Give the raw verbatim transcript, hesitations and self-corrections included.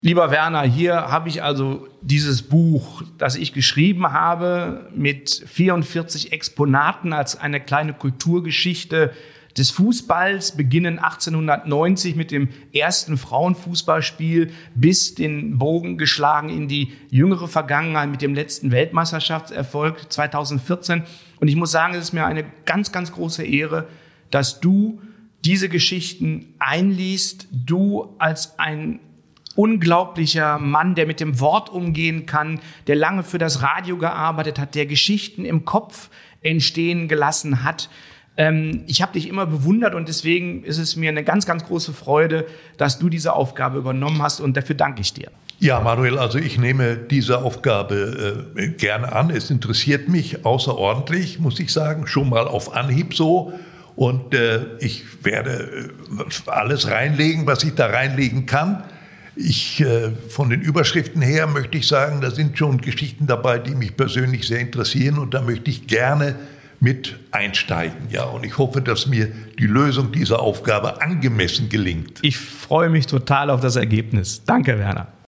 Lieber Werner, hier habe ich also dieses Buch, das ich geschrieben habe, mit vierundvierzig Exponaten als eine kleine Kulturgeschichte des Fußballs, beginnen achtzehnhundertneunzig mit dem ersten Frauenfußballspiel, bis den Bogen geschlagen in die jüngere Vergangenheit mit dem letzten Weltmeisterschaftserfolg zweitausendvierzehn. Und ich muss sagen, es ist mir eine ganz, ganz große Ehre, dass du diese Geschichten einliest, du als ein unglaublicher Mann, der mit dem Wort umgehen kann, der lange für das Radio gearbeitet hat, der Geschichten im Kopf entstehen gelassen hat. Ähm, ich habe dich immer bewundert und deswegen ist es mir eine ganz, ganz große Freude, dass du diese Aufgabe übernommen hast und dafür danke ich dir. Ja, Manuel, also ich nehme diese Aufgabe äh, gerne an. Es interessiert mich außerordentlich, muss ich sagen, schon mal auf Anhieb so. Und äh, ich werde äh, alles reinlegen, was ich da reinlegen kann. Ich, äh, von den Überschriften her möchte ich sagen, da sind schon Geschichten dabei, die mich persönlich sehr interessieren und da möchte ich gerne mit einsteigen. Ja, und ich hoffe, dass mir die Lösung dieser Aufgabe angemessen gelingt. Ich freue mich total auf das Ergebnis. Danke, Werner.